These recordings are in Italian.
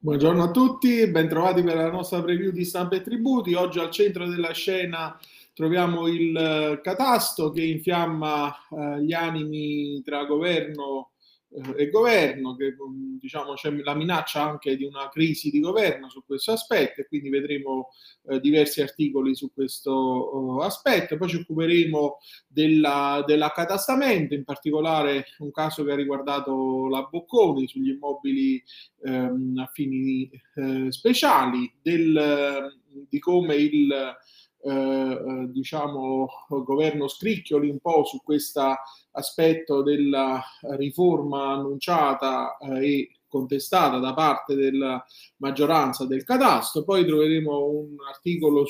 Buongiorno a tutti, bentrovati per la nostra preview di Stampa e Tributi. Oggi al centro della scena troviamo il catasto che infiamma gli animi tra governo e governo, che diciamo c'è la minaccia anche di una crisi di governo su questo aspetto, e quindi vedremo diversi articoli su questo aspetto. Poi ci occuperemo dell'accatastamento, in particolare un caso che ha riguardato la Bocconi sugli immobili a fini speciali, di come il diciamo, governo scricchioli un po' su questo aspetto della riforma annunciata e contestata da parte della maggioranza del catasto. Poi troveremo un articolo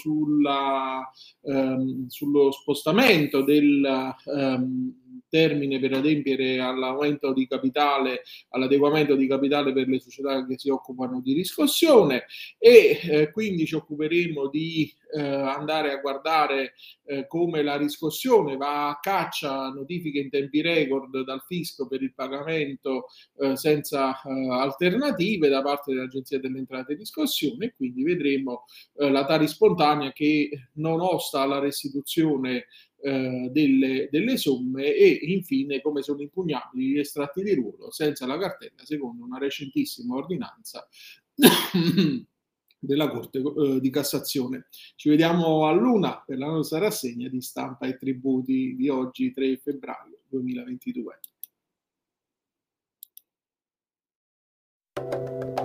sullo spostamento del termine per adempiere all'aumento di capitale, all'adeguamento di capitale per le società che si occupano di riscossione, e quindi ci occuperemo di andare a guardare come la riscossione va a caccia notifiche in tempi record dal fisco per il pagamento senza alternative da parte dell'Agenzia delle Entrate e Riscossione, e quindi vedremo la Tari spontanea che non osta alla restituzione delle somme, e infine come sono impugnabili gli estratti di ruolo senza la cartella secondo una recentissima ordinanza della Corte di Cassazione. Ci vediamo all'una per la nostra rassegna di Stampa e Tributi di oggi, 3 febbraio 2022.